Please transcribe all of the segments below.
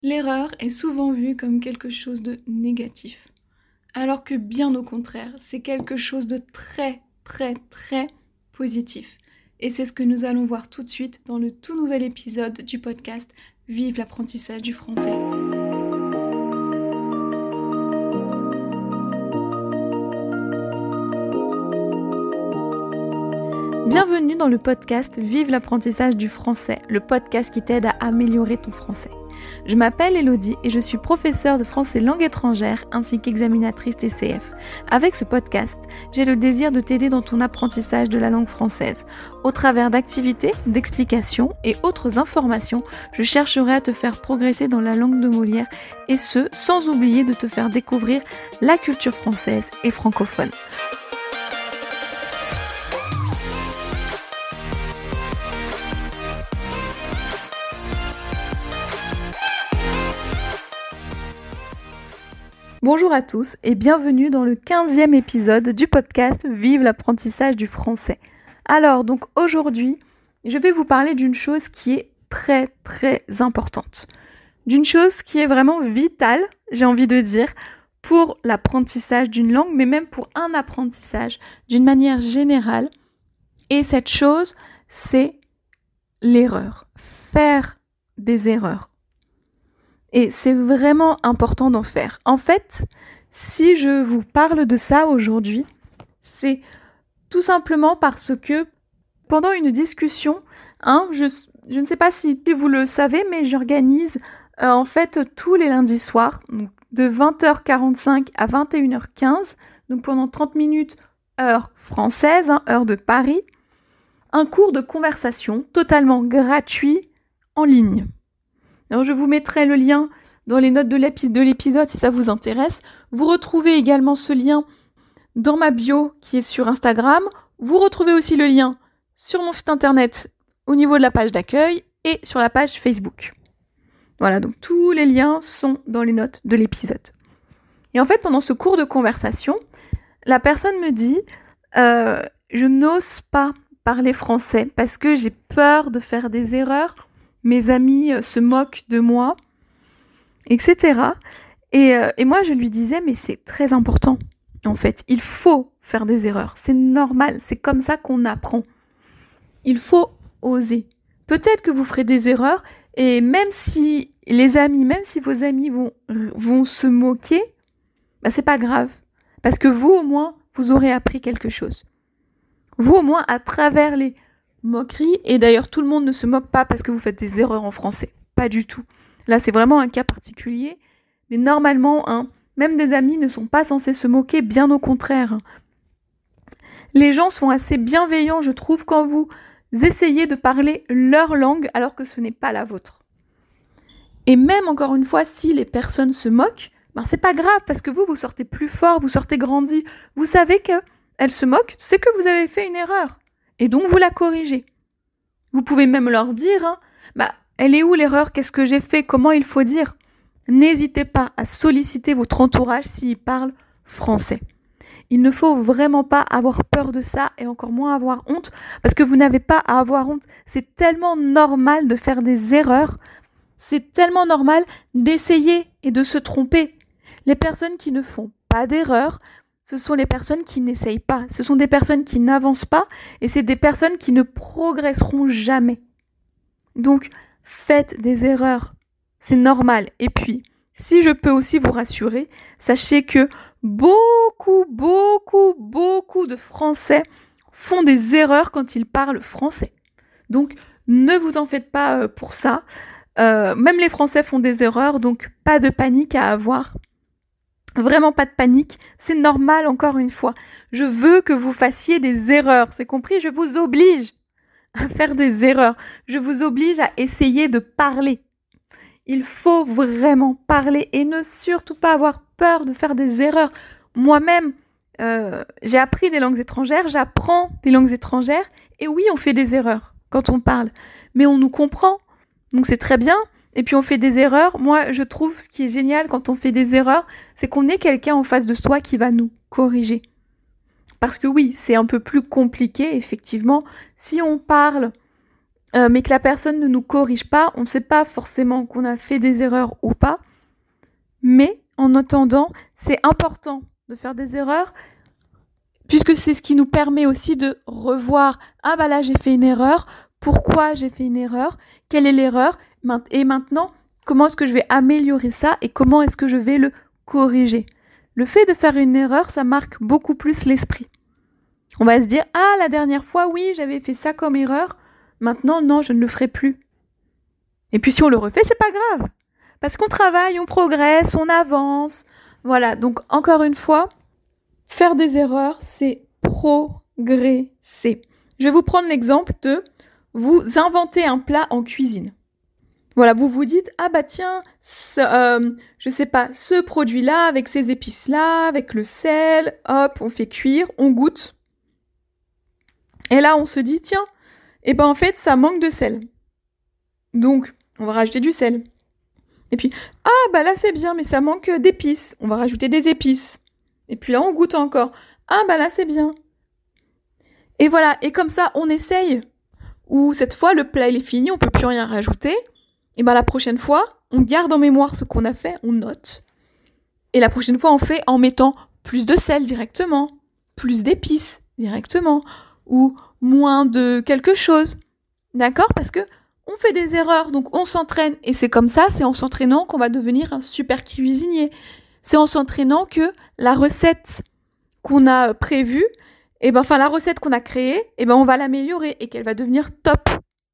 L'erreur est souvent vue comme quelque chose de négatif, alors que bien au contraire, c'est quelque chose de très très très positif. Et c'est ce que nous allons voir tout de suite dans le tout nouvel épisode du podcast Vive l'apprentissage du français. Bienvenue dans le podcast Vive l'apprentissage du français, le podcast qui t'aide à améliorer ton français. Je m'appelle Elodie et je suis professeure de français langue étrangère ainsi qu'examinatrice TCF. Avec ce podcast, j'ai le désir de t'aider dans ton apprentissage de la langue française. Au travers d'activités, d'explications et autres informations, je chercherai à te faire progresser dans la langue de Molière et ce, sans oublier de te faire découvrir la culture française et francophone. Bonjour à tous et bienvenue dans le 15e épisode du podcast Vive l'apprentissage du français. Alors donc aujourd'hui, je vais vous parler d'une chose qui est très très importante. D'une chose qui est vraiment vitale, j'ai envie de dire, pour l'apprentissage d'une langue, mais même pour un apprentissage d'une manière générale. Et cette chose, c'est l'erreur. Faire des erreurs. Et c'est vraiment important d'en faire. En fait, si je vous parle de ça aujourd'hui, c'est tout simplement parce que pendant une discussion, je ne sais pas si vous le savez, mais j'organise en fait tous les lundis soirs, donc de 20h45 à 21h15, donc pendant 30 minutes, heure française, heure de Paris, un cours de conversation totalement gratuit en ligne. Alors, je vous mettrai le lien dans les notes de l'épisode si ça vous intéresse. Vous retrouvez également ce lien dans ma bio qui est sur Instagram. Vous retrouvez aussi le lien sur mon site internet au niveau de la page d'accueil et sur la page Facebook. Voilà, donc tous les liens sont dans les notes de l'épisode. Et en fait, pendant ce cours de conversation, la personne me dit je n'ose pas parler français parce que j'ai peur de faire des erreurs. Mes amis se moquent de moi, etc. Et moi, je lui disais, mais c'est très important. En fait, il faut faire des erreurs. C'est normal. C'est comme ça qu'on apprend. Il faut oser. Peut-être que vous ferez des erreurs et même si vos amis vont se moquer, c'est pas grave. Parce que vous, au moins, vous aurez appris quelque chose. Vous, au moins, à travers les moquerie, et d'ailleurs tout le monde ne se moque pas parce que vous faites des erreurs en français, pas du tout. Là c'est vraiment un cas particulier, mais normalement, même des amis ne sont pas censés se moquer, bien au contraire. Les gens sont assez bienveillants, je trouve, quand vous essayez de parler leur langue alors que ce n'est pas la vôtre. Et même encore une fois, si les personnes se moquent, c'est pas grave parce que vous sortez plus fort, vous sortez grandi, vous savez qu'elles se moquent, c'est que vous avez fait une erreur. Et donc, vous la corrigez. Vous pouvez même leur dire, elle est où l'erreur? Qu'est-ce que j'ai fait? Comment il faut dire? N'hésitez pas à solliciter votre entourage s'ils parlent français. Il ne faut vraiment pas avoir peur de ça et encore moins avoir honte parce que vous n'avez pas à avoir honte. C'est tellement normal de faire des erreurs. C'est tellement normal d'essayer et de se tromper. Les personnes qui ne font pas d'erreurs, ce sont les personnes qui n'essayent pas. Ce sont des personnes qui n'avancent pas et c'est des personnes qui ne progresseront jamais. Donc, faites des erreurs. C'est normal. Et puis, si je peux aussi vous rassurer, sachez que beaucoup de Français font des erreurs quand ils parlent français. Donc, ne vous en faites pas pour ça. Même les Français font des erreurs, donc pas de panique à avoir. Vraiment pas de panique, c'est normal encore une fois. Je veux que vous fassiez des erreurs, c'est compris? Je vous oblige à faire des erreurs. Je vous oblige à essayer de parler. Il faut vraiment parler et ne surtout pas avoir peur de faire des erreurs. Moi-même, j'ai appris des langues étrangères, j'apprends des langues étrangères et oui, on fait des erreurs quand on parle. Mais on nous comprend, donc c'est très bien. Et puis on fait des erreurs. Moi, je trouve ce qui est génial quand on fait des erreurs, c'est qu'on ait quelqu'un en face de soi qui va nous corriger. Parce que oui, c'est un peu plus compliqué, effectivement. Si on parle mais que la personne ne nous corrige pas, on ne sait pas forcément qu'on a fait des erreurs ou pas. Mais en attendant, c'est important de faire des erreurs, puisque c'est ce qui nous permet aussi de revoir « Ah bah là j'ai fait une erreur, pourquoi j'ai fait une erreur, quelle est l'erreur, et maintenant comment est-ce que je vais améliorer ça et comment est-ce que je vais le corriger ?» Le fait de faire une erreur, ça marque beaucoup plus l'esprit. On va se dire « Ah, la dernière fois, oui, j'avais fait ça comme erreur, maintenant, non, je ne le ferai plus. » Et puis si on le refait, c'est pas grave. Parce qu'on travaille, on progresse, on avance. Voilà, donc encore une fois, faire des erreurs, c'est progresser. Je vais vous prendre l'exemple de vous inventer un plat en cuisine. Voilà, vous vous dites, ah bah tiens, je sais pas, ce produit-là, avec ces épices-là, avec le sel, hop, on fait cuire, on goûte. Et là, on se dit, tiens, et ben en fait, ça manque de sel. Donc, on va rajouter du sel. Et puis, ah bah là c'est bien, mais ça manque d'épices. On va rajouter des épices. Et puis là, on goûte encore. Ah bah là c'est bien. Et voilà, et comme ça, on essaye. Ou cette fois, le plat il est fini, on peut plus rien rajouter. Et ben la prochaine fois, on garde en mémoire ce qu'on a fait, on note. Et la prochaine fois, on fait en mettant plus de sel directement, plus d'épices directement, ou moins de quelque chose. D'accord ? Parce que on fait des erreurs, donc on s'entraîne. Et c'est comme ça, c'est en s'entraînant qu'on va devenir un super cuisinier. C'est en s'entraînant que la recette qu'on a prévue, la recette qu'on a créée, on va l'améliorer et qu'elle va devenir top.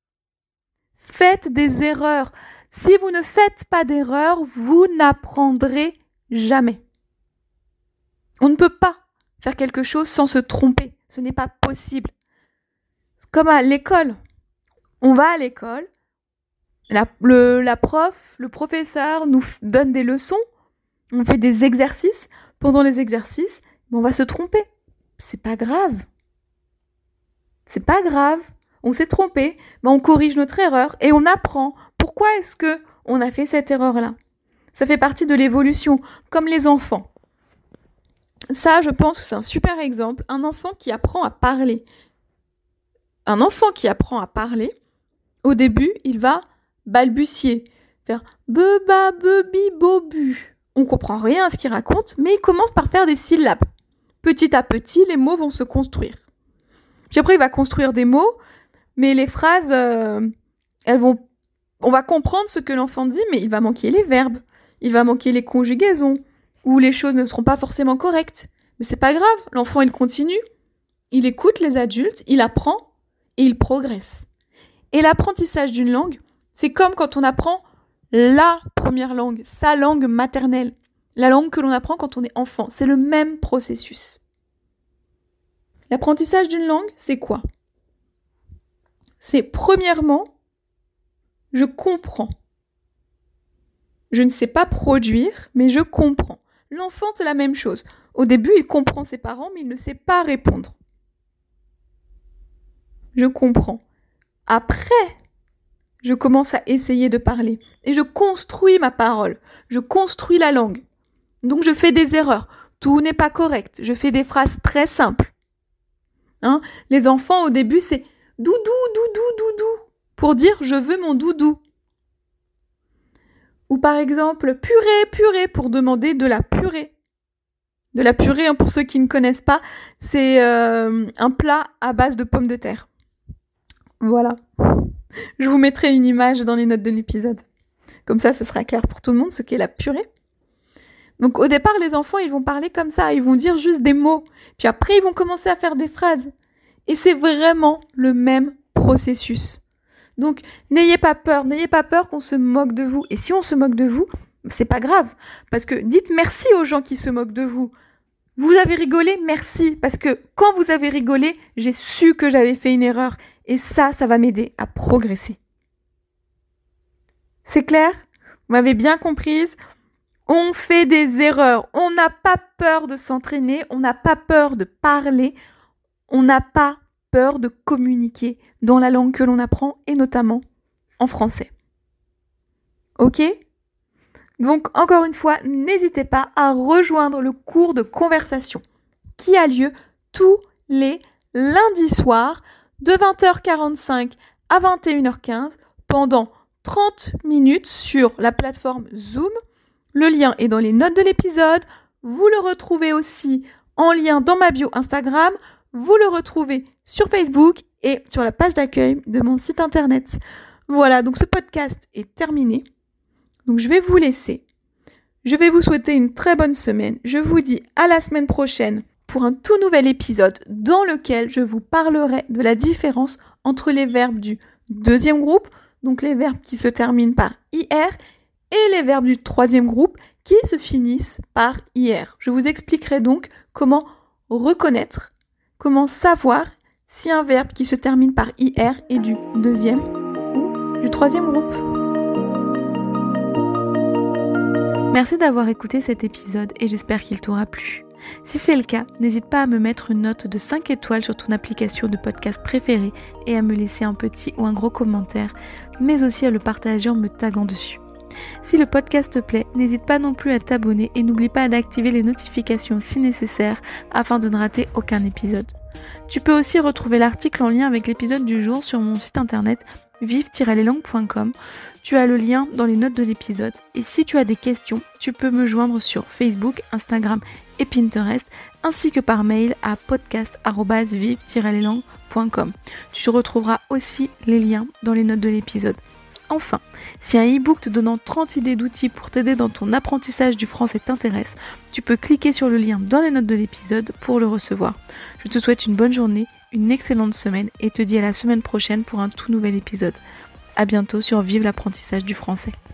Faites des erreurs. Si vous ne faites pas d'erreurs, vous n'apprendrez jamais. On ne peut pas faire quelque chose sans se tromper. Ce n'est pas possible. C'est comme à l'école. On va à l'école, la prof, le professeur nous donne des leçons, on fait des exercices. Pendant les exercices, on va se tromper. C'est pas grave. C'est pas grave. On s'est trompé, on corrige notre erreur et on apprend. Pourquoi est-ce que on a fait cette erreur-là ? Ça fait partie de l'évolution, comme les enfants. Ça, je pense que c'est un super exemple. Un enfant qui apprend à parler. Un enfant qui apprend à parler, au début, il va balbutier, faire beba, bebi, bobu. On comprend rien à ce qu'il raconte, mais il commence par faire des syllabes. Petit à petit, les mots vont se construire. Puis après, il va construire des mots, mais les phrases, on va comprendre ce que l'enfant dit, mais il va manquer les verbes, il va manquer les conjugaisons, ou les choses ne seront pas forcément correctes. Mais c'est pas grave, l'enfant, il continue, il écoute les adultes, il apprend et il progresse. Et l'apprentissage d'une langue, c'est comme quand on apprend la première langue, sa langue maternelle, la langue que l'on apprend quand on est enfant. C'est le même processus. L'apprentissage d'une langue, c'est quoi ? C'est premièrement, je comprends. Je ne sais pas produire, mais je comprends. L'enfant, c'est la même chose. Au début, il comprend ses parents, mais il ne sait pas répondre. Je comprends. Après, je commence à essayer de parler. Et je construis ma parole. Je construis la langue. Donc, je fais des erreurs. Tout n'est pas correct. Je fais des phrases très simples. Les enfants, au début, c'est « doudou, doudou, doudou » pour dire « je veux mon doudou ». Ou par exemple « purée, purée » pour demander de la purée. De la purée, pour ceux qui ne connaissent pas, c'est un plat à base de pommes de terre. Voilà. Je vous mettrai une image dans les notes de l'épisode. Comme ça, ce sera clair pour tout le monde ce qu'est la purée. Donc au départ, les enfants, ils vont parler comme ça, ils vont dire juste des mots. Puis après, ils vont commencer à faire des phrases. Et c'est vraiment le même processus. Donc n'ayez pas peur qu'on se moque de vous. Et si on se moque de vous, c'est pas grave. Parce que dites merci aux gens qui se moquent de vous. Vous avez rigolé, merci. Parce que quand vous avez rigolé, j'ai su que j'avais fait une erreur. Et ça va m'aider à progresser. C'est clair ? Vous m'avez bien comprise ? On fait des erreurs. On n'a pas peur de s'entraîner. On n'a pas peur de parler. On n'a pas peur de communiquer dans la langue que l'on apprend et notamment en français. Ok ? Donc, encore une fois, n'hésitez pas à rejoindre le cours de conversation qui a lieu tous les lundis soirs de 20h45 à 21h15 pendant 30 minutes sur la plateforme Zoom. Le lien est dans les notes de l'épisode. Vous le retrouvez aussi en lien dans ma bio Instagram. Vous le retrouvez sur Facebook et sur la page d'accueil de mon site internet. Voilà, donc ce podcast est terminé. Donc je vais vous laisser. Je vais vous souhaiter une très bonne semaine. Je vous dis à la semaine prochaine pour un tout nouvel épisode dans lequel je vous parlerai de la différence entre les verbes du deuxième groupe, donc les verbes qui se terminent par IR, et les verbes du troisième groupe qui se finissent par IR. Je vous expliquerai donc comment reconnaître, comment savoir si un verbe qui se termine par IR est du deuxième ou du troisième groupe. Merci d'avoir écouté cet épisode et j'espère qu'il t'aura plu. Si c'est le cas, n'hésite pas à me mettre une note de 5 étoiles sur ton application de podcast préférée et à me laisser un petit ou un gros commentaire, mais aussi à le partager en me taguant dessus. Si le podcast te plaît, n'hésite pas non plus à t'abonner et n'oublie pas d'activer les notifications si nécessaire afin de ne rater aucun épisode. Tu peux aussi retrouver l'article en lien avec l'épisode du jour sur mon site internet vive-leslangues.com. Tu as le lien dans les notes de l'épisode. Et si tu as des questions, tu peux me joindre sur Facebook, Instagram et Pinterest, ainsi que par mail à podcast@vive-leslangues.com. Tu retrouveras aussi les liens dans les notes de l'épisode. Enfin, si un e-book te donnant 30 idées d'outils pour t'aider dans ton apprentissage du français t'intéresse, tu peux cliquer sur le lien dans les notes de l'épisode pour le recevoir. Je te souhaite une bonne journée, une excellente semaine et te dis à la semaine prochaine pour un tout nouvel épisode. À bientôt sur Vive l'apprentissage du français.